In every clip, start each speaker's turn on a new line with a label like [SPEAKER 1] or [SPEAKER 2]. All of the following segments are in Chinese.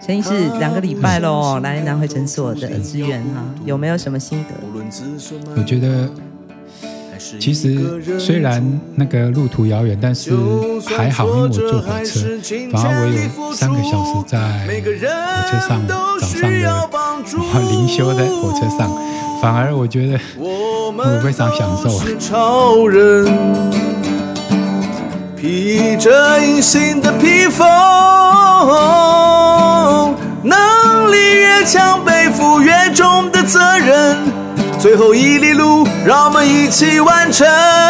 [SPEAKER 1] 陈医师2个礼拜咯，来南回诊所的支援有没有什么心得？
[SPEAKER 2] 我觉得其实虽然那个路途遥远，但是还好，因为我坐火车，反而我有3个小时在火车上，早上的我灵修在火车上，反而我觉得我非常享受。
[SPEAKER 3] 超人披着隐形的披风，能力越强，背负越重的责任。最后一里路，让我们一起完成。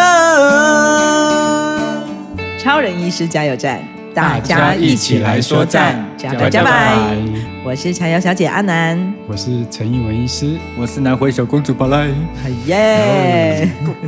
[SPEAKER 1] 超人医师加油站，大家一起来说赞，加油加拜！我是柴油小姐阿南，
[SPEAKER 2] 我是陈艺文医师，
[SPEAKER 4] 我是南回小公主巴赖。
[SPEAKER 1] 耶！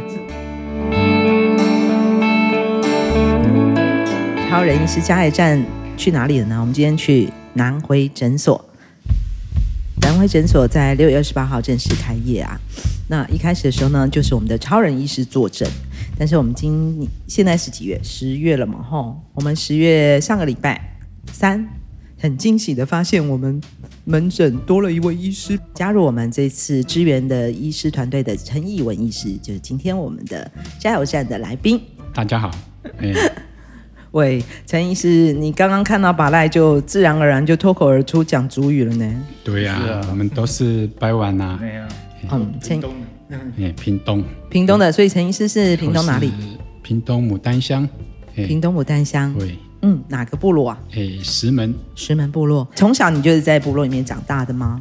[SPEAKER 1] 超人医师加油站去哪里了呢？我们今天去南回诊所。南回诊所在6月28号正式开业啊。那一开始的时候呢，就是我们的超人医师坐诊，但是我们现在是几月？10月了嘛，吼，我们10月上个礼拜3，很惊喜的发现我们门诊多了一位医师，加入我们这次支援的医师团队的陈艺文医师，就是今天我们的加油站的来宾。
[SPEAKER 2] 大家好。
[SPEAKER 1] 喂，陈医师，你刚刚看到巴赖就自然而然就脱口而出讲族语了呢？
[SPEAKER 2] 对呀，我们都是台湾啊。
[SPEAKER 4] 对啊，
[SPEAKER 1] 屏东
[SPEAKER 2] 的。
[SPEAKER 1] 屏东的，所以陈医师是屏东哪里？
[SPEAKER 2] 屏东牡丹乡。
[SPEAKER 1] 屏东牡丹乡。
[SPEAKER 2] 对。
[SPEAKER 1] 哪个部落啊？
[SPEAKER 2] 石门
[SPEAKER 1] 部落。从小你就是在部落里面长大的吗？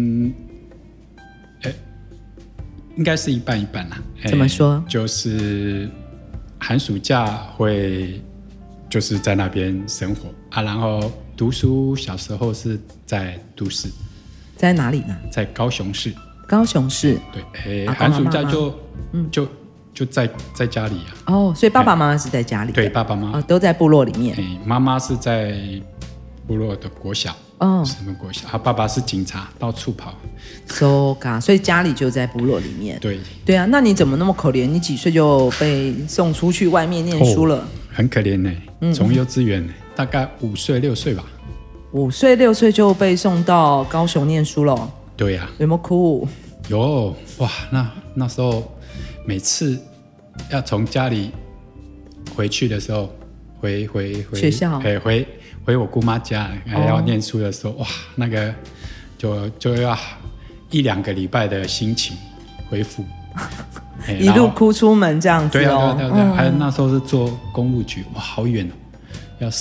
[SPEAKER 2] 应该是一半一半啦。
[SPEAKER 1] 怎么说？
[SPEAKER 2] 就是寒暑假会就是在那边生活啊，然后读书小时候是在都市。
[SPEAKER 1] 在哪里呢？
[SPEAKER 2] 在高雄市。
[SPEAKER 1] 高雄市。
[SPEAKER 2] 对，寒暑假就在家里啊。
[SPEAKER 1] 哦，所以爸爸妈妈是在家里的。
[SPEAKER 2] 对，爸爸妈妈
[SPEAKER 1] 都在部落里面。
[SPEAKER 2] 妈妈是在部落的国小。石门国小。爸爸是警察，到处跑。
[SPEAKER 1] 所以家里就在部落里面。
[SPEAKER 2] 对
[SPEAKER 1] 啊，那你怎么那么可怜？你几岁就被送出去外面念书了？
[SPEAKER 2] 很可怜呢，从幼稚园大概5岁6岁吧。
[SPEAKER 1] 5岁6岁就被送到高雄念书了。
[SPEAKER 2] 对呀。
[SPEAKER 1] 有没有哭？
[SPEAKER 2] 有哇，那时候每次要从家里回去的时候，回
[SPEAKER 1] 学校，
[SPEAKER 2] 回我姑妈家，要念书的时候，哇，那个就要1-2个礼拜的心情恢复。
[SPEAKER 1] 一路哭出门这样子。
[SPEAKER 2] 对啊，还有那时候是坐公路局，哇，好远哦，要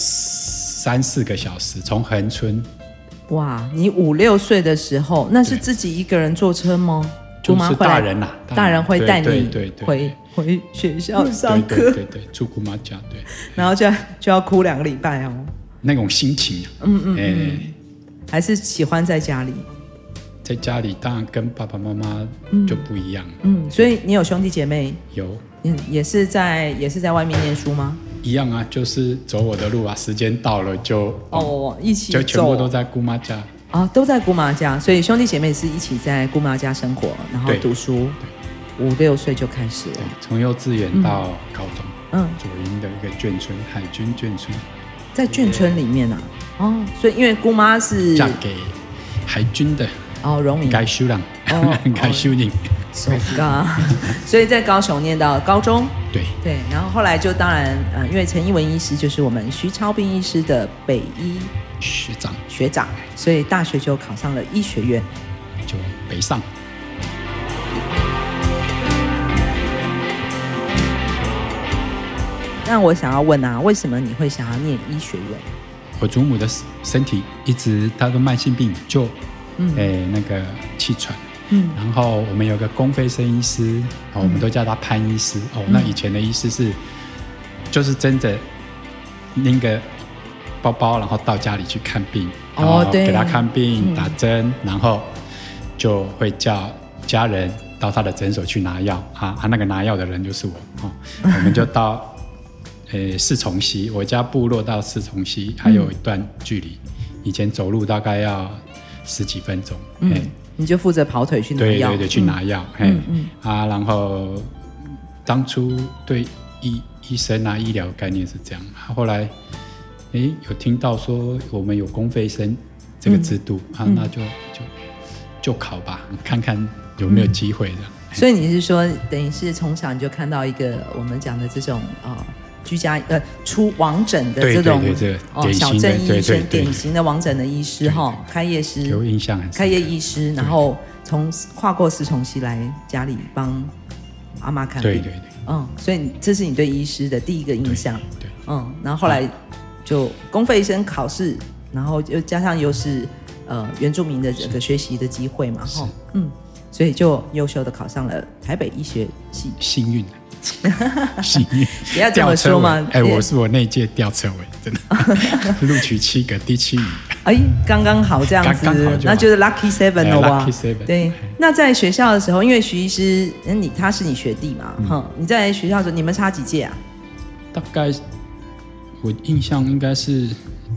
[SPEAKER 2] 3-4个小时从恒春。
[SPEAKER 1] 哇，你5、6岁的时候，那是自己一个人坐车吗？
[SPEAKER 2] 就是大人啦，
[SPEAKER 1] 大人会带你回学校上课。
[SPEAKER 2] 对，住姑妈家。对，
[SPEAKER 1] 然后就要哭2个礼拜哦。
[SPEAKER 2] 那种心情。
[SPEAKER 1] 还是喜欢在家里。
[SPEAKER 2] 在家里当然跟爸爸妈妈就不一样。
[SPEAKER 1] 所以你有兄弟姐妹？
[SPEAKER 2] 有。
[SPEAKER 1] 也是在外面念书吗？
[SPEAKER 2] 一样啊，就是走我的路啊，时间到了就
[SPEAKER 1] 一起走，
[SPEAKER 2] 就全部都在姑妈家。
[SPEAKER 1] 都在姑妈家，所以兄弟姐妹是一起在姑妈家生活，然后读书。5、6岁就开始了。
[SPEAKER 2] 从幼稚园到高中。左营的一个眷村，海军眷村。在
[SPEAKER 1] 眷村里面啊。所以因为姑妈是
[SPEAKER 2] 嫁给海军的。
[SPEAKER 1] 荣民。
[SPEAKER 2] 该修人。该修人。
[SPEAKER 1] 所以在高雄念到高中。
[SPEAKER 2] 对，
[SPEAKER 1] 然后后来就当然因为陈艺文医师就是我们徐超斌医师的北医学长，所以大学就考上了医学院，
[SPEAKER 2] 就北上。
[SPEAKER 1] 那我想要问为什么你会想要念医学院？
[SPEAKER 2] 我祖母的身体一直她的慢性病，就那个气喘。然后我们有个公费生医师，我们都叫他潘医师。那以前的医师就是真的拎个包包，然后到家里去看病，然后给他看病、打针，然后就会叫家人到他的诊所去拿药那个拿药的人就是我。我们就到四重溪，我家部落到四重溪还有一段距离，以前走路大概要10几分钟。
[SPEAKER 1] 你就负责跑腿去拿药。
[SPEAKER 2] 对，去拿药。然后当初对医生医疗概念是这样。后来有听到说我们有公费生这个制度那就考吧，看看有没有机会的。
[SPEAKER 1] 所以你是说，等于是从小你就看到一个我们讲的这种居家出王诊的这种小镇医生，典型的王诊的医师开业师，
[SPEAKER 2] 有印象很深，
[SPEAKER 1] 开业医师，然后跨过4重溪来家里帮阿嬷看病，对，所以这是你对医师的第一个印象，
[SPEAKER 2] 对，
[SPEAKER 1] 然后后来就公费生考试，然后又加上又是原住民的这个学习的机会嘛，所以就优秀的考上了台北医学系，
[SPEAKER 2] 幸运。幸运，
[SPEAKER 1] 不要这么说嘛！
[SPEAKER 2] 我是我那一届吊车尾，真的录取7个，第7名。
[SPEAKER 1] 刚刚好这样子，刚好那就是 lucky 7了吧？
[SPEAKER 2] lucky 7。
[SPEAKER 1] 对，那在学校的时候，因为徐医师，他是你学弟嘛，你在学校的时候，你们差几届啊？
[SPEAKER 2] 大概我印象应该是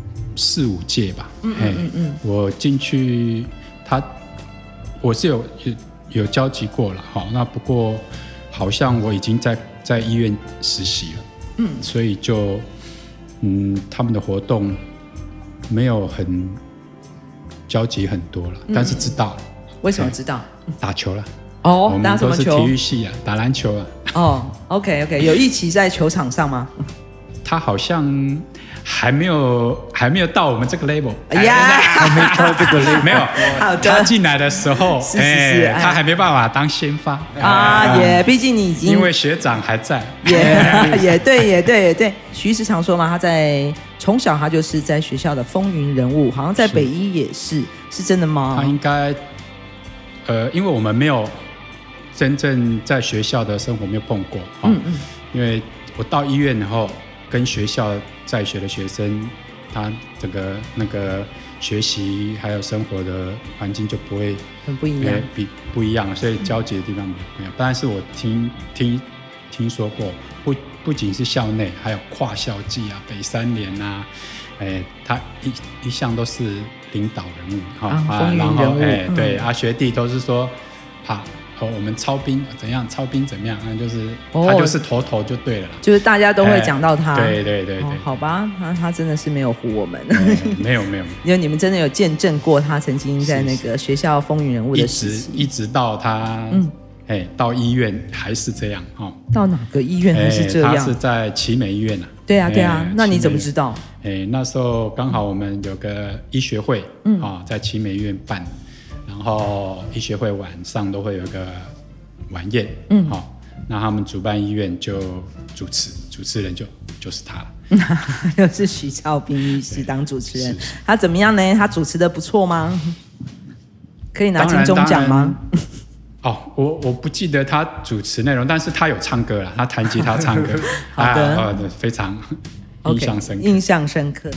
[SPEAKER 2] 4、5届吧。我进去，我是有交集过了，那不过。好像我已经在医院实习了，所以就他们的活动没有很交集很多了，但是知道了。
[SPEAKER 1] 为什么知道？
[SPEAKER 2] 打球了。
[SPEAKER 1] 我们
[SPEAKER 2] 都是体育系啊，打篮球啊。
[SPEAKER 1] OK， 有一起在球场上吗？
[SPEAKER 2] 他好像还没有到我们这个 level，
[SPEAKER 4] 还没到这个 level，
[SPEAKER 2] 没有。
[SPEAKER 1] 好的，
[SPEAKER 2] 他进来的时候，他还没办法当先发
[SPEAKER 1] 毕竟你已经
[SPEAKER 2] 因为学长还在，
[SPEAKER 1] 也对。徐医师常说嘛，他从小他就是在学校的风云人物，好像在北医也是真的吗？
[SPEAKER 2] 他应该因为我们没有真正在学校的生活没有碰过，因为我到医院然后。跟学校在学的学生，他整个那个学习还有生活的环境就不会
[SPEAKER 1] 很不一样，
[SPEAKER 2] 不一样，所以交集的地方不一样。但是我听说过，不仅是校内，还有跨校际啊、北3联啊，他一向都是领导人物
[SPEAKER 1] 然后
[SPEAKER 2] 对学弟都是说我们操兵怎样，操兵怎么样，就是他就是头就对了啦，
[SPEAKER 1] 就是大家都会讲到他。
[SPEAKER 2] 对，
[SPEAKER 1] 好吧，他真的是没有唬我们。
[SPEAKER 2] 没有，
[SPEAKER 1] 因为你们真的有见证过他曾经在那个学校风云人物的时期，
[SPEAKER 2] 一直到他到医院还是这样
[SPEAKER 1] 到哪个医院还是这样？
[SPEAKER 2] 他是在奇美医院啊。
[SPEAKER 1] 对啊，那你怎么知道？
[SPEAKER 2] 那时候刚好我们有个医学会在奇美医院办。然后医学会晚上都会有一个晚宴，那他们主办医院就主持人就是他了，
[SPEAKER 1] 就是徐兆斌医师当主持人，他怎么样呢？他主持的不错吗？可以拿金钟奖吗？
[SPEAKER 2] 我不记得他主持内容，但是他有唱歌了，他弹吉他唱歌，
[SPEAKER 1] 好的，
[SPEAKER 2] 非常
[SPEAKER 1] 印象深刻。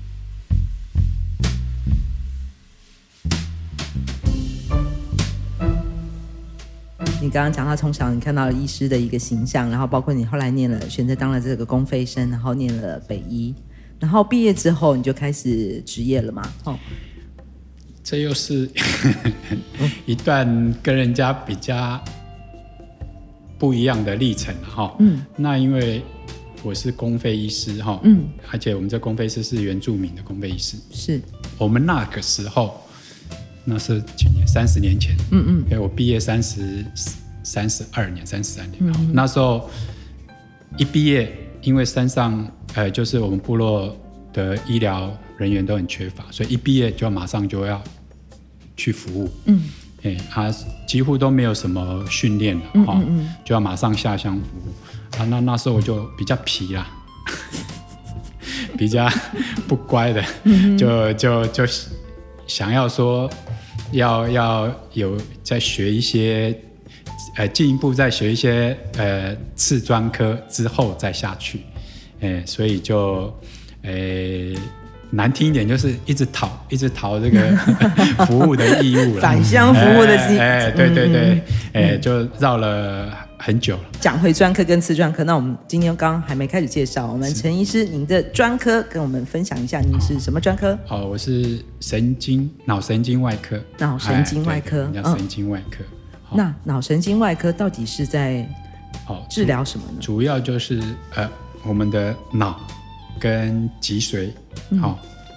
[SPEAKER 1] 你刚刚讲到从小你看到了医师的一个形象，然后包括你后来选择当了这个公费生，然后念了北医，然后毕业之后你就开始职业了嘛？
[SPEAKER 2] 这又是一段跟人家比较不一样的历程那因为我是公费医师而且我们这公费师是原住民的公费医师，
[SPEAKER 1] 是
[SPEAKER 2] 我们那个时候。那是几年？30年前。对，我毕业32年、33年。那时候一毕业，因为山上就是我们部落的医疗人员都很缺乏，所以一毕业就马上就要去服务。几乎都没有什么训练了就要马上下乡服务。那时候我就比较皮啦，比较不乖的，就想要说。要有再学一些，进一步再学一些次专科之后再下去，所以就难听一点就是一直逃这个服务的义务了，
[SPEAKER 1] 返乡服务的义务，
[SPEAKER 2] 对，就绕了很久了。
[SPEAKER 1] 讲回专科跟次专科，那我们今天刚刚还没开始介绍，我们陈医师您的专科跟我们分享一下，您是什么专科？
[SPEAKER 2] 我是脑神经外科。
[SPEAKER 1] 脑神经外科，
[SPEAKER 2] 神经外科。
[SPEAKER 1] 那脑神经外科到底是在治疗什么呢？
[SPEAKER 2] 主要就是我们的脑跟脊髓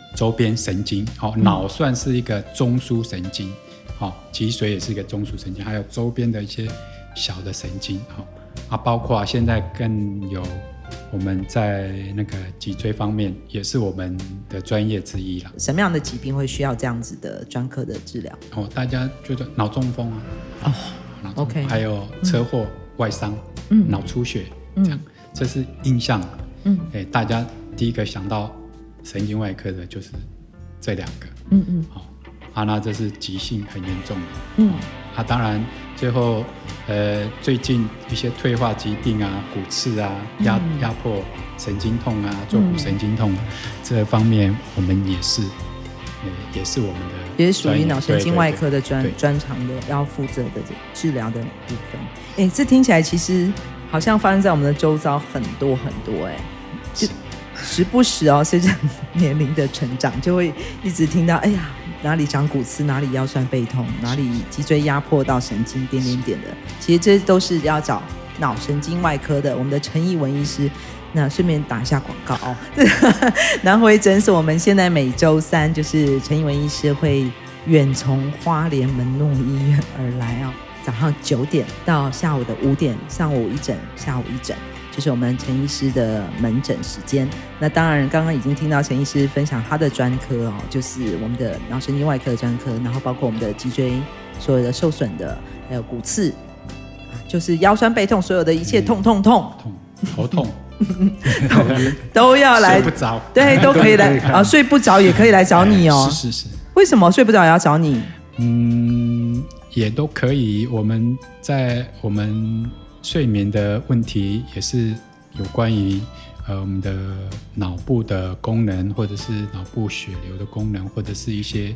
[SPEAKER 2] 周边神经，脑算是一个中枢神经，脊髓也是一个中枢神经，还有周边的一些小的神经，包括现在更有我们在那个脊椎方面也是我们的专业之一啦。
[SPEAKER 1] 什么样的疾病会需要这样子的专科的治疗？
[SPEAKER 2] 大家觉得脑中风啊
[SPEAKER 1] ，OK，
[SPEAKER 2] 还有车祸、外伤、脑出血，这样，这是印象。大家第一个想到神经外科的就是这2个。那这是急性很严重的。当然最后最近一些退化疾病啊、骨刺啊、压迫神经痛啊、坐骨神经痛，这方面我们也是我们的，
[SPEAKER 1] 也是属于脑神经外科的专长的要负责的治疗的部分。这听起来其实好像发生在我们的周遭很多很多，就时不时随着年龄的成长，就会一直听到哪里长骨刺，哪里腰酸背痛，哪里脊椎压迫到神经点点点的，其实这都是要找脑神经外科的我们的陈艺文医师。那顺便打一下广告南回诊所我们现在每周3就是陈艺文医师会远从花莲门诺医院而来早上9点到下午的5点，上午1诊，下午1诊，就是我们陈医师的门诊时间。那当然刚刚已经听到陈医师分享他的专科就是我们的脑神经外科的专科，然后包括我们的脊椎所有的受损的，还有骨刺，就是腰酸背痛，所有的一切痛
[SPEAKER 2] 头痛
[SPEAKER 1] 都要来，
[SPEAKER 2] 睡不着，
[SPEAKER 1] 对，都可以来睡不着也可以来找你
[SPEAKER 2] 是。
[SPEAKER 1] 为什么睡不着也要找你？
[SPEAKER 2] 也都可以。我们睡眠的问题也是有关于我们的脑部的功能，或者是脑部血流的功能，或者是一些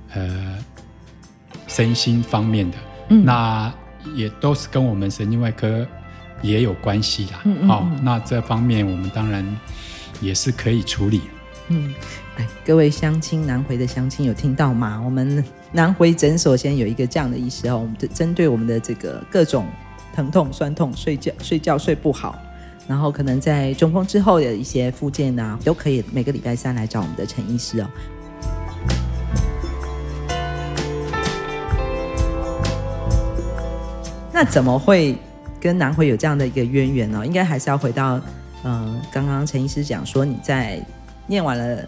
[SPEAKER 2] 身心方面的，那也都是跟我们神经外科也有关系啦。那这方面我们当然也是可以处理。
[SPEAKER 1] 各位乡亲，南回的乡亲有听到吗？我们南回诊所现在有一个这样的医师我们针对我们的这个各种疼痛、酸痛、睡觉睡不好，然后可能在中风之后的一些复健啊，都可以每个礼拜3来找我们的陈医师那怎么会跟南回有这样的一个渊源呢？应该还是要回到刚刚陈医师讲说，你在念完了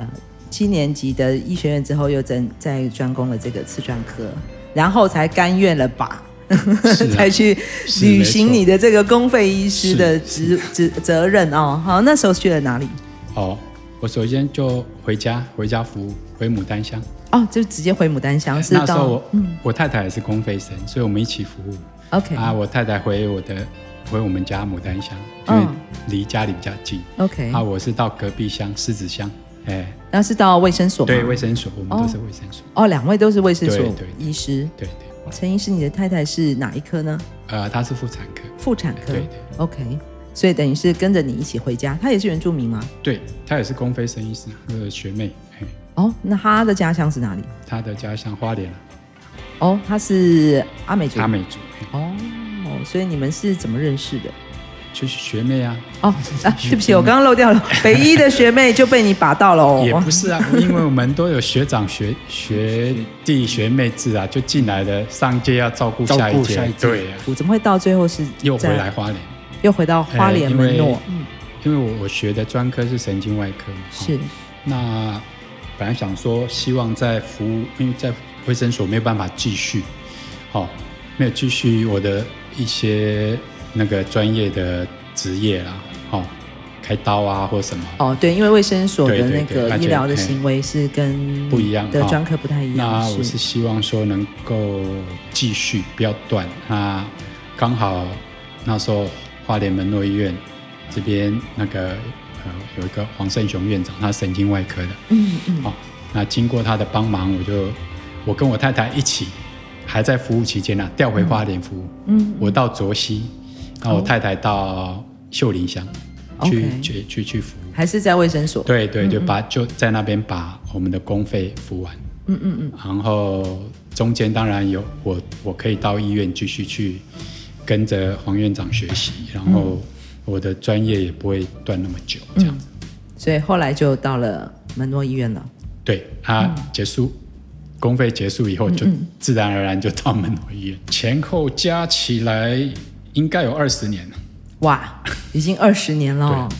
[SPEAKER 1] 7年级的医学院之后，又在专攻了这个次专科，然后才甘愿了吧才去履行你的这个公费医师的责任好，那时候去了哪里？
[SPEAKER 2] 我首先就回家服务，回牡丹乡。
[SPEAKER 1] 就直接回牡丹乡。是
[SPEAKER 2] 那时候我太太也是公费生，所以我们一起服务。
[SPEAKER 1] OK
[SPEAKER 2] 我太太回我们家牡丹乡，因为离家里比较近。
[SPEAKER 1] OK
[SPEAKER 2] 我是到隔壁乡狮子乡。
[SPEAKER 1] 那是到卫生所吗？
[SPEAKER 2] 对，卫生所，我们都是卫生所。
[SPEAKER 1] 2位都是卫生所医师。
[SPEAKER 2] 对。
[SPEAKER 1] 陈医师，你的太太是哪一科呢？
[SPEAKER 2] 她是妇产科。
[SPEAKER 1] 妇产科。
[SPEAKER 2] 对。
[SPEAKER 1] OK， 所以等于是跟着你一起回家。她也是原住民吗？
[SPEAKER 2] 对，她也是公费生医师，学妹。
[SPEAKER 1] 那她的家乡是哪里？
[SPEAKER 2] 她的家乡花莲。
[SPEAKER 1] 她是阿美族。
[SPEAKER 2] 阿美族。
[SPEAKER 1] 所以你们是怎么认识的？
[SPEAKER 2] 就是学妹啊。
[SPEAKER 1] 对不起，我刚刚漏掉了，北医的学妹就被你把到了
[SPEAKER 2] 也不是因为我们都有学长学弟学妹制就进来了，上一届要照顾下一届。对
[SPEAKER 1] 我怎么会到最后是
[SPEAKER 2] 又回来花莲，
[SPEAKER 1] 又回到花莲门诺？
[SPEAKER 2] 因为我学的专科是神经外科嘛。
[SPEAKER 1] 是。
[SPEAKER 2] 那本来想说希望在服务，因为在卫生所没有办法继续没有继续我的一些那个专业的职业啦，开刀啊或什么。
[SPEAKER 1] 对，因为卫生所的那个医疗的行为是跟
[SPEAKER 2] 不一样
[SPEAKER 1] 的专科不太一样。
[SPEAKER 2] 那我是希望说能够继续，不要断。那刚好那时候花莲门诺医院这边那个有一个黄胜雄院长，他神经外科的。那经过他的帮忙，我跟我太太一起。还在服务期间调回花莲服务。我到卓溪，然后我太太到秀林乡去服务，
[SPEAKER 1] 还是在卫生所。
[SPEAKER 2] 对，就在那边把我们的公费服完。然后中间当然有我可以到医院继续去跟着黄院长学习，然后我的专业也不会断那么久这样子。
[SPEAKER 1] 所以后来就到了门诺医院了。
[SPEAKER 2] 对，他结束公费结束以后，就自然而然就到门诺医院，前后加起来应该有20年了。
[SPEAKER 1] 哇，已经20年了哦。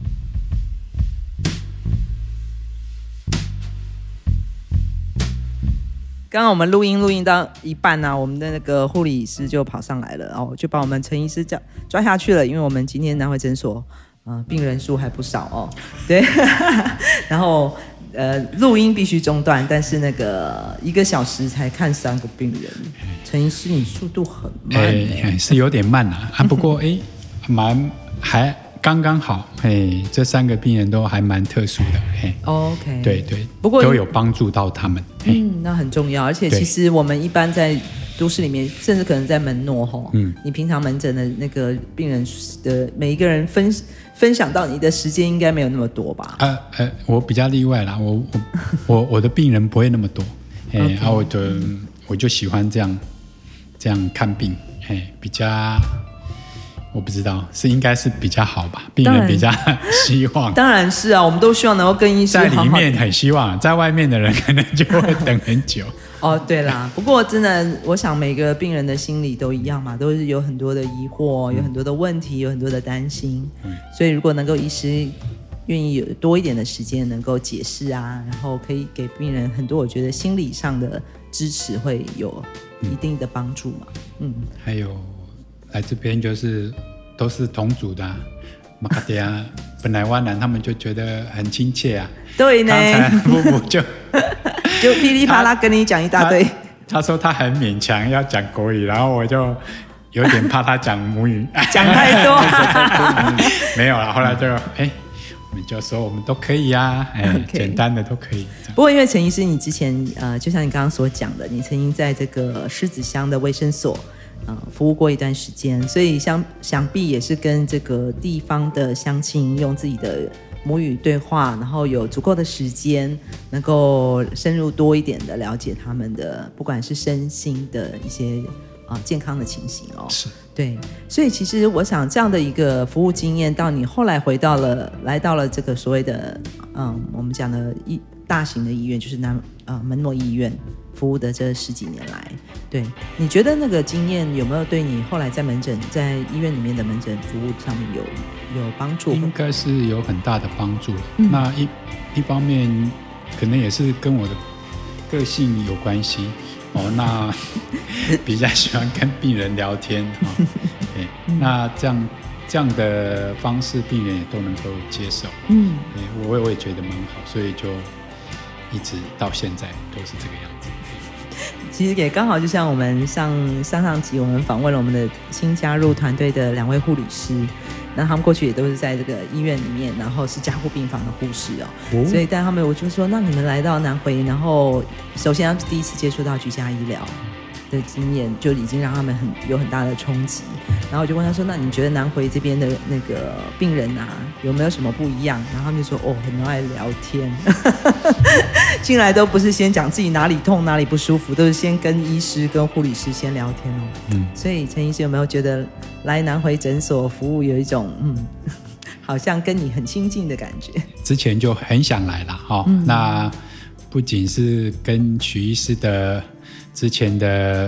[SPEAKER 1] 刚刚我们录音到一半呢、我们的那个护理师就跑上来了，然后就把我们陈医师抓下去了，因为我们今天南回诊所病人数还不少哦，对，然后录音必须中断，但是那个1个小时才看3个病人，陈医师你速度很慢
[SPEAKER 2] 是有点慢啊，不过还刚刚好，这3个病人都还蛮特殊的
[SPEAKER 1] ，OK，
[SPEAKER 2] 对，不过都有帮助到他们，
[SPEAKER 1] 那很重要，而且其实我们一般在都市里面，甚至可能在门诺你平常门诊的那个病人的每一个人分享到你的时间应该没有那么多吧？
[SPEAKER 2] 我比较例外啦，我的病人不会那么多，我就喜欢这样看病，比较。我不知道，应该是比较好吧，病人比较希望。
[SPEAKER 1] 当然是啊，我们都希望能够跟医师好好
[SPEAKER 2] 在里面很希望，在外面的人可能就会等很久。
[SPEAKER 1] 对啦，不过真的，我想每个病人的心理都一样嘛，都是有很多的疑惑，有很多的问题，有很多的担心。所以如果能够医师愿意有多一点的时间能够解释啊，然后可以给病人很多我觉得心理上的支持，会有一定的帮助嘛。
[SPEAKER 2] 还有来这边都是同组的马卡迪亚，本来湾南他们就觉得很亲切啊。
[SPEAKER 1] 对呢，
[SPEAKER 2] 刚才布布就
[SPEAKER 1] 噼里啪啦跟你讲一大堆。
[SPEAKER 2] 他说他很勉强要讲国语，然后我就有点怕他讲母语，
[SPEAKER 1] 讲太多。
[SPEAKER 2] 没有啦，后来就我们就说我们都可以啊，简单的都可以。
[SPEAKER 1] 不过因为陈医师，你之前就像你刚刚所讲的，你曾经在这个狮子乡的卫生所。服务过一段时间，所以想必也是跟这个地方的乡亲用自己的母语对话，然后有足够的时间，能够深入多一点的了解他们的不管是身心的一些健康的情形哦。
[SPEAKER 2] 是，
[SPEAKER 1] 对，所以其实我想这样的一个服务经验，到你后来来到了这个所谓的我们讲的大型的医院，就是门诺医院服务的这10几年来，对，你觉得那个经验有没有对你后来在医院里面的门诊服务上面有帮助？
[SPEAKER 2] 应该是有很大的帮助了。那一方面可能也是跟我的个性有关系那比较喜欢跟病人聊天那这样的方式病人也都能够接受。我也觉得蛮好，所以就一直到现在都是这个样子。
[SPEAKER 1] 其实也刚好就像我们上集我们访问了我们的新加入团队的2位护理师，那他们过去也都是在这个医院里面，然后是加护病房的护士所以但他们我就说，那你们来到南回，然后首先要第一次接触到居家医疗的经验，就已经让他们有很大的冲击。然后我就问他说，那你觉得南回这边的那个病人啊，有没有什么不一样？然后他们就说，很爱聊天，进来都不是先讲自己哪里痛哪里不舒服，都是先跟医师跟护理师先聊天所以陈医师有没有觉得来南回诊所服务有一种好像跟你很亲近的感觉？
[SPEAKER 2] 之前就很想来啦那不仅是跟许医师的之前的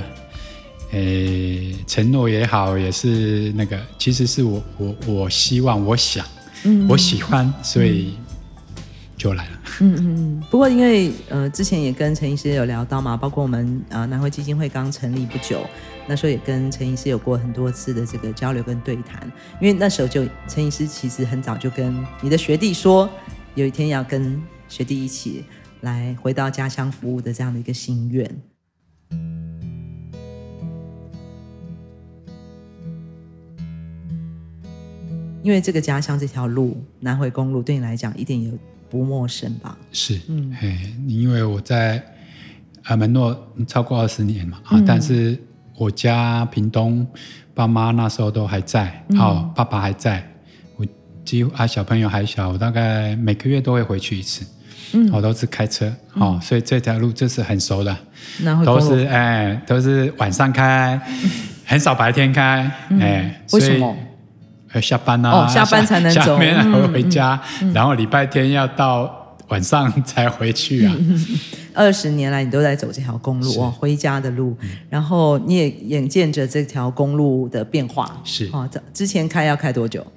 [SPEAKER 2] 承诺也好，也是那个，其实是我希望，我想，我喜欢，所以就来了。
[SPEAKER 1] 不过因为之前也跟陈医师有聊到嘛，包括我们南回基金会刚成立不久，那时候也跟陈医师有过很多次的这个交流跟对谈。因为那时候陈医师其实很早就跟你的学弟说，有一天要跟学弟一起来回到家乡服务的这样的一个心愿。因为这个家乡这条路，南回公路对你来讲一定也不陌生吧？
[SPEAKER 2] 是，因为我在门诺超过20年嘛，但是我家屏东爸妈那时候都还在，爸爸还在，我几乎小朋友还小，我大概每个月都会回去一次。我都是开车，所以这条路就是很熟的，都是晚上开，很少白天开，
[SPEAKER 1] 为什么？
[SPEAKER 2] 下班
[SPEAKER 1] 下班才能走，
[SPEAKER 2] 下班回家，然后礼拜天要到晚上才回去啊。
[SPEAKER 1] 20年来你都在走这条公路回家的路，然后你也眼见着这条公路的变化。
[SPEAKER 2] 是
[SPEAKER 1] 之前开要开多久？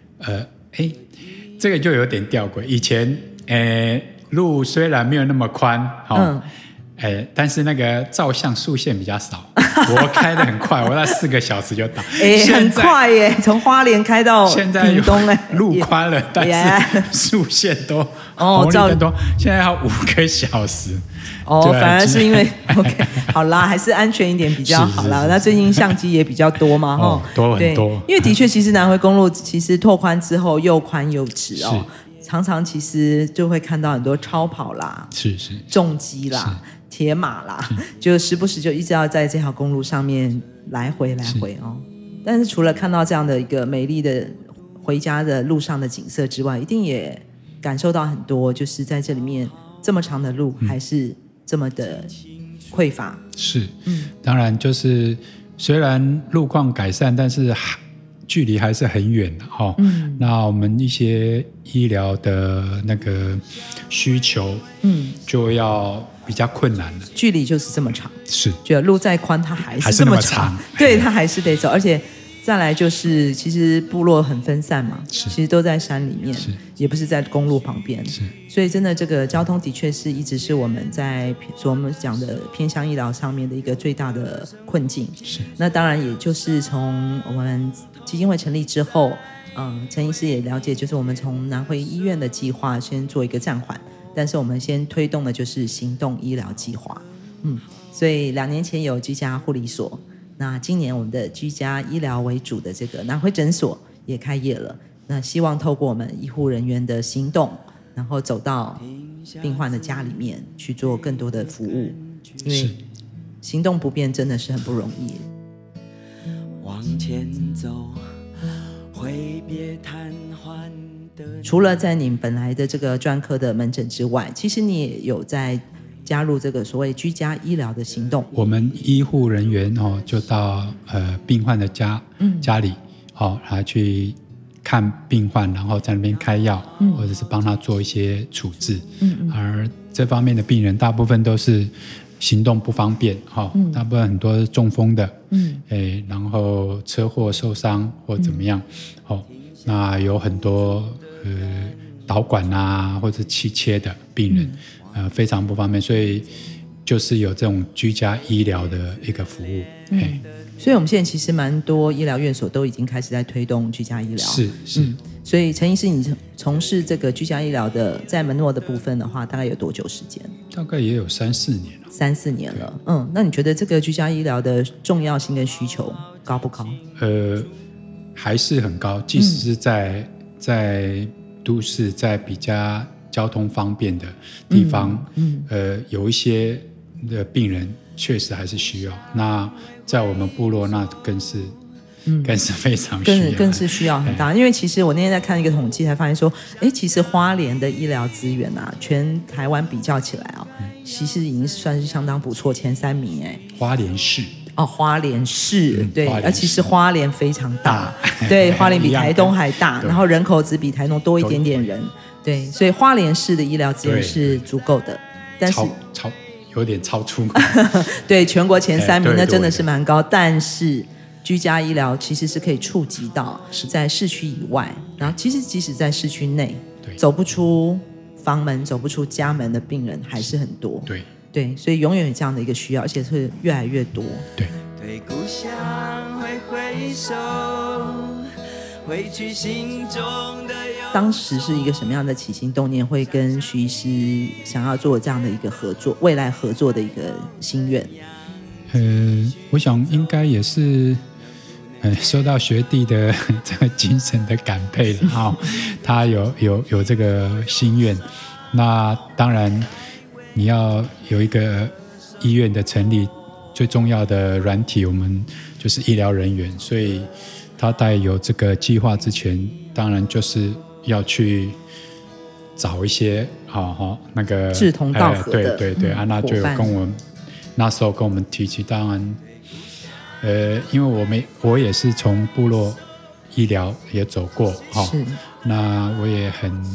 [SPEAKER 2] 这个就有点吊诡。以前路虽然没有那么宽，但是那个照相速限比较少，我开得很快，我在4个小时就到。
[SPEAKER 1] 很快耶，从花莲开到屏东
[SPEAKER 2] 路宽了，但是速限都红绿灯都现在要5个小时。
[SPEAKER 1] 反而是因为OK 好啦，还是安全一点比较好啦。那最近相机也比较多嘛，
[SPEAKER 2] 多很多。
[SPEAKER 1] 因为的确，其实南回公路其实拓宽之后又宽又直常常其实就会看到很多超跑啦，
[SPEAKER 2] 是
[SPEAKER 1] 重机啦、铁马啦，就时不时就一直要在这条公路上面来回但是除了看到这样的一个美丽的回家的路上的景色之外，一定也感受到很多，就是在这里面这么长的路还是这么的匮乏。
[SPEAKER 2] 是，当然就是虽然路况改善，但是距离还是很远的那我们一些医疗的那个需求就要比较困难了。
[SPEAKER 1] 距离就是这么长，
[SPEAKER 2] 是，
[SPEAKER 1] 觉得路再宽它还是这么长，对，它还是得走。而且再来就是其实部落很分散嘛，其实都在山里面，也不是在公路旁边，所以真的这个交通的确是一直是我们在我们讲的偏乡医疗上面的一个最大的困境。那当然也就是从我们基金会成立之后，陈医师也了解，就是我们从南回医院的计划先做一个暂缓，但是我们先推动的就是行动医疗计划。所以2年前有居家护理所，那今年我们的居家医疗为主的这个南回诊所也开业了。那希望透过我们医护人员的行动，然后走到病患的家里面去做更多的服务，因为行动不便真的是很不容易。往前走，挥别瘫痪的。除了在你本来的这个专科的门诊之外，其实你也有在加入这个所谓居家医疗的行动。
[SPEAKER 2] 我们医护人员就到病患的家里来去看病患，然后在那边开药，或者是帮他做一些处置。而这方面的病人大部分都是行动不方便，大部分很多是中风的，然后车祸受伤或怎么样，那有很多导管啊或者气切的病人，非常不方便，所以就是有这种居家医疗的一个服务。
[SPEAKER 1] 所以我们现在其实蛮多医疗院所都已经开始在推动居家医疗。
[SPEAKER 2] 是，
[SPEAKER 1] 所以陈医师，你从事这个居家医疗的在门诺的部分的话，大概有多久时间？
[SPEAKER 2] 大概也有3-4年了。
[SPEAKER 1] 3-4年了。那你觉得这个居家医疗的重要性跟需求高不高？
[SPEAKER 2] 还是很高，即使是在都市，在比较交通方便的地方，有一些的病人确实还是需要。那在我们部落，那更是非常需要，
[SPEAKER 1] 更是需要很大。因为其实我那天在看一个统计，才发现说，其实花莲的医疗资源啊，全台湾比较起来其实已经算是相当不错，前3名。
[SPEAKER 2] 花莲市。
[SPEAKER 1] 花莲市，对，而其实花莲非常大，对，花莲比台东还大，然后人口只比台东多一点点人，对，所以花莲市的医疗资源是足够的，但是
[SPEAKER 2] 有点超出
[SPEAKER 1] 对，全国前3名那真的是蛮高，但是居家医疗其实是可以触及到在市区以外，然后其实即使在市区内走不出房门走不出家门的病人还是很多，对，所以永远有这样的一个需要，而且是越来越多。对故乡挥挥手，挥去心中的当时是一个什么样的起心动念，会跟徐医师想要做这样的一个合作，未来合作的一个心愿？
[SPEAKER 2] 我想应该也是受到学弟的这个精神的感佩了他有这个心愿，那当然你要有一个医院的成立，最重要的软体我们就是医疗人员，所以他在有这个计划之前，当然就是要去找一些那个
[SPEAKER 1] 志同道合的，
[SPEAKER 2] 对，那就有跟我们那时候跟我们提起，当然因为我也是从部落医疗也走过那我也很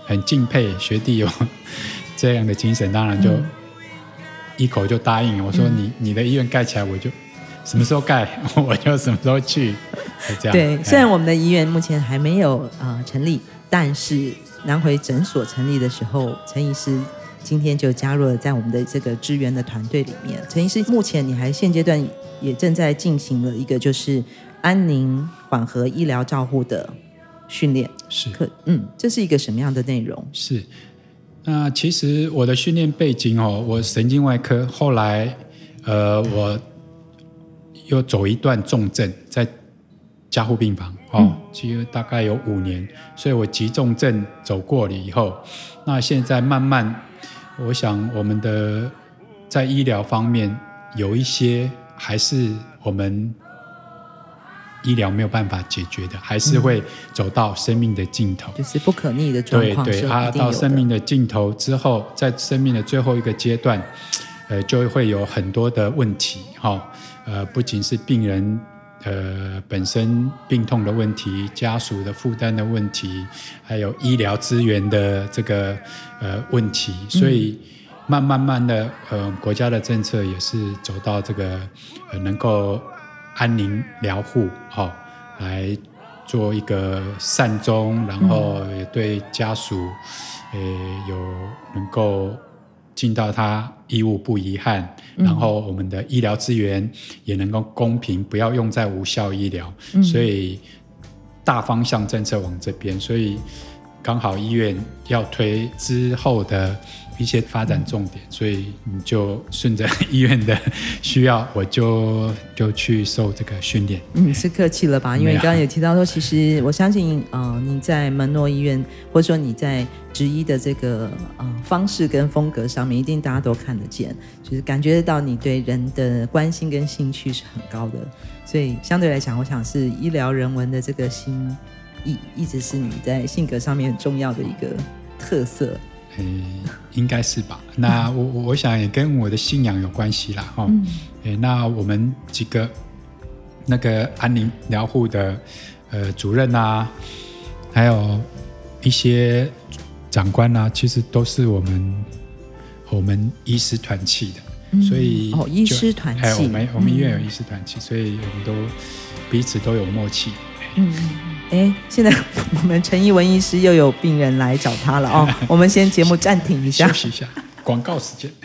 [SPEAKER 2] 很敬佩学弟有这样的精神，当然就一口就答应。我说你的医院盖起来，我就什么时候盖我就什么时候去，这样。
[SPEAKER 1] 对，虽然我们的医院目前还没有成立，但是南回诊所成立的时候，陈医师今天就加入了在我们的这个支援的团队里面。陈医师，目前你还现阶段也正在进行了一个就是安宁缓和医疗照护的训练，
[SPEAKER 2] 是，
[SPEAKER 1] 这是一个什么样的内容？
[SPEAKER 2] 是，那其实我的训练背景我神经外科，后来我又走一段重症，在加护病房其实大概有5年，所以我急重症走过了以后，那现在慢慢，我想我们的在医疗方面有一些还是我们医疗没有办法解决的，还是会走到生命的尽头，
[SPEAKER 1] 就是不可逆的状况。
[SPEAKER 2] 对，到生命的尽头之后，在生命的最后一个阶段，就会有很多的问题不仅是病人本身病痛的问题，家属的负担的问题，还有医疗资源的这个问题，所以慢慢的国家的政策也是走到这个能够安宁疗护来做一个善终，然后也对家属有能够尽到他义务不遗憾，然后我们的医疗资源也能够公平，不要用在无效医疗，所以大方向政策往这边，所以刚好医院要推之后的一些发展重点，所以你就顺着医院的需要，我就去受这个训练。
[SPEAKER 1] 是客气了吧？因为刚刚有提到说，其实我相信你在门诺医院，或者说你在执医的这个方式跟风格上面，一定大家都看得见，就是感觉得到你对人的关心跟兴趣是很高的，所以相对来讲，我想是医疗人文的这个心一直是你在性格上面很重要的一个特色。
[SPEAKER 2] 应该是吧。那我想也跟我的信仰有关系啦那我们几个那个安宁疗护的主任啊，还有一些长官啊，其实都是我们医师团契的，所以
[SPEAKER 1] 医师团契，
[SPEAKER 2] 我们医院有医师团契，所以我们都彼此都有默契。
[SPEAKER 1] 现在我们陈怡文医师又有病人来找他了我们先节目暂停一下，
[SPEAKER 2] 休息一下，广告时间。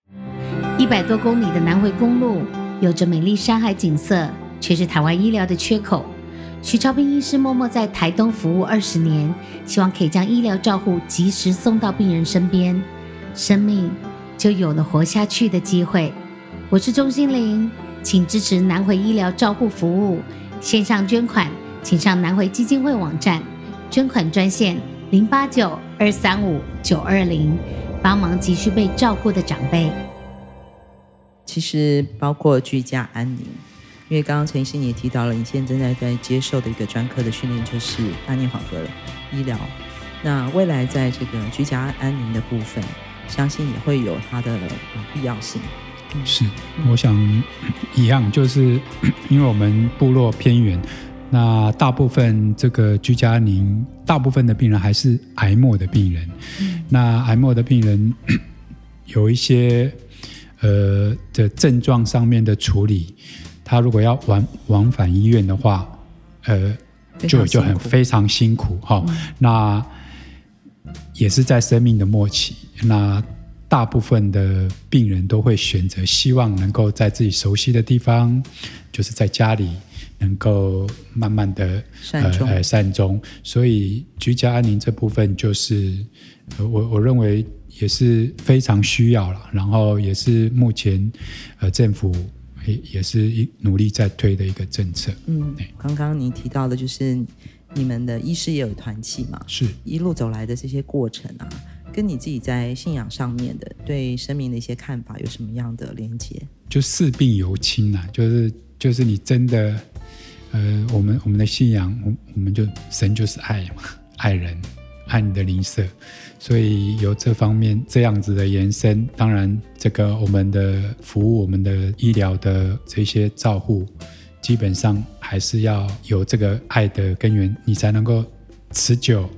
[SPEAKER 5] 100多公里的南回公路，有着美丽山海景色，却是台湾医疗的缺口。徐超斌医师默默在台东服务20年，希望可以将医疗照护及时送到病人身边，生命就有了活下去的机会。我是钟欣凌，请支持南回医疗照护服务，线上捐款请上南回基金会网站，捐款专线089-235-920，帮忙急需被照顾的长辈。
[SPEAKER 1] 其实包括居家安宁，因为刚刚陈医师也提到了，你现在正在接受的一个专科的训练就是安宁缓和医疗。那未来在这个居家安宁的部分，相信也会有它的必要性。
[SPEAKER 2] 是，我想一样，就是因为我们部落偏远，那大部分这个居家安宁，大部分的病人还是癌末的病人。那癌末的病人有一些的症状上面的处理，他如果要往返医院的话，就很非常辛苦那也是在生命的末期，那大部分的病人都会选择希望能够在自己熟悉的地方，就是在家里能够慢慢的善终，所以居家安宁这部分就是我认为也是非常需要了，然后也是目前政府也是努力在推的一个政策。
[SPEAKER 1] 刚刚你提到的就是你们的医师也有团契嘛，
[SPEAKER 2] 是
[SPEAKER 1] 一路走来的这些过程啊，跟你自己在信仰上面的对生命的一些看法有什么样的连结？
[SPEAKER 2] 就视病由亲啊，就是你真的我们的信仰，我们就神就是爱嘛，爱人，爱你的邻舍，所以有这方面这样子的延伸，当然这个我们的服务，我们的医疗的这些照护，基本上还是要有这个爱的根源，你才能够持久，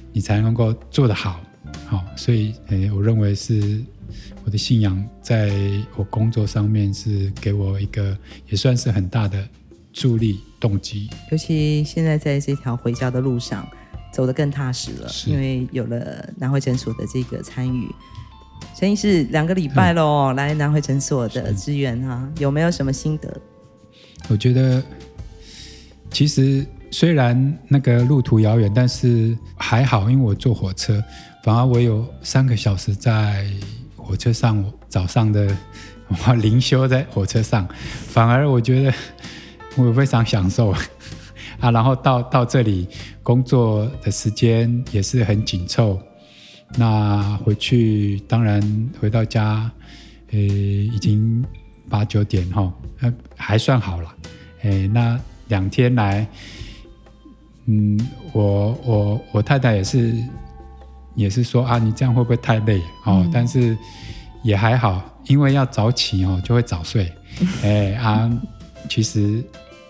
[SPEAKER 2] 你才能够做得好。好，所以我认为是我的信仰在我工作上面是给我一个也算是很大的助力动机。
[SPEAKER 1] 尤其现在在这条回家的路上走得更踏实了，因为有了南回诊所的这个参与。陈医师2个礼拜咯，来南回诊所的支援啊，有没有什么心得？
[SPEAKER 2] 我觉得其实虽然那个路途遥远，但是还好，因为我坐火车，反而我有3个小时在火车上，早上的我灵修在火车上，反而我觉得我非常享受啊。然后到这里工作的时间也是很紧凑，那回去当然回到家，已经8、9点还算好了。那2天来，我太太也是说啊，你这样会不会太累？但是也还好，因为要早起就会早睡。其实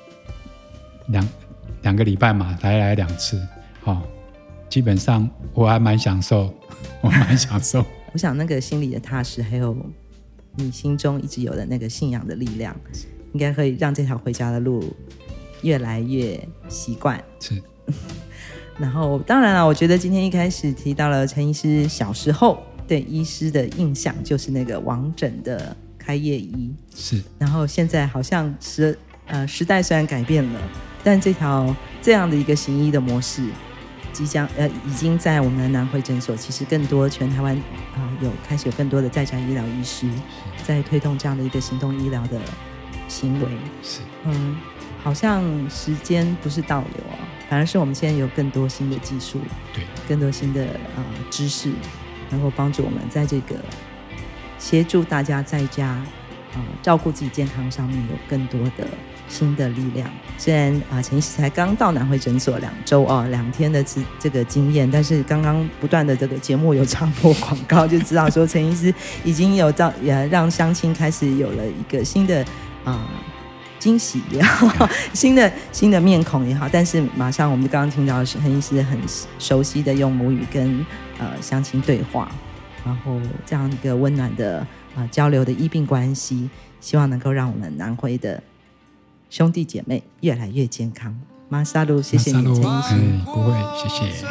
[SPEAKER 2] 两个礼拜嘛，来2次，基本上我还蛮享受，我
[SPEAKER 1] 想那个心里的踏实，还有你心中一直有的那个信仰的力量，应该会让这条回家的路越来越习惯。
[SPEAKER 2] 是。
[SPEAKER 1] 然后当然了，我觉得今天一开始提到了陈医师小时候对医师的印象就是那个王诊的开业医，
[SPEAKER 2] 是。
[SPEAKER 1] 然后现在好像时代虽然改变了，但这样的一个行医的模式已经在我们的南回诊所，其实更多全台湾开始有更多的在家医疗医师在推动这样的一个行动医疗的行为。
[SPEAKER 2] 是。
[SPEAKER 1] 好像时间不是倒流反而是我们现在有更多新的技术，
[SPEAKER 2] 对，
[SPEAKER 1] 更多新的知识，能够帮助我们在这个协助大家在家照顾自己健康上面有更多的新的力量。虽然陈医师才刚到南回诊所2周2天的这个经验，但是刚刚不断的这个节目有插播广告，就知道说陈医师已经有让乡亲开始有了一个新的惊喜也好，新的面孔也好，但是马上我们刚刚听到的是陈医师很熟悉的用母语跟乡亲对话，然后这样一个温暖的交流的医病关系，希望能够让我们南回的兄弟姐妹越来越健康。马萨路，谢谢你，陈医师。
[SPEAKER 2] 不会，谢谢。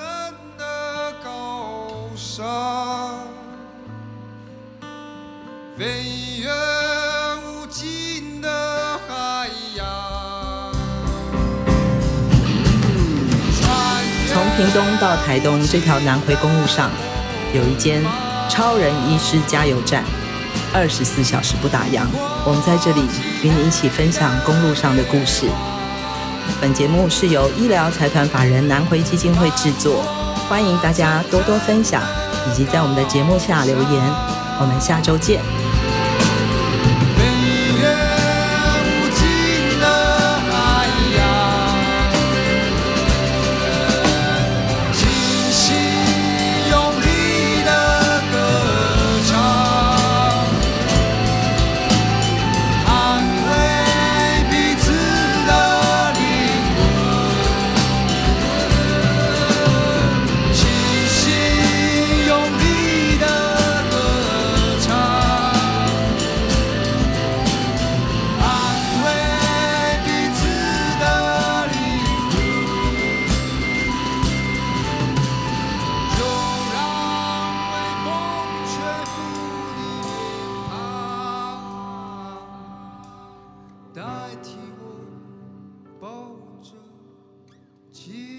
[SPEAKER 3] 飞越无尽的海洋。
[SPEAKER 1] 从屏东到台东这条南回公路上，有一间超人医师加油站，24小时不打烊。我们在这里与你一起分享公路上的故事。本节目是由医疗财团法人南回基金会制作，欢迎大家多多分享，以及在我们的节目下留言。我们下周见。代替我抱着。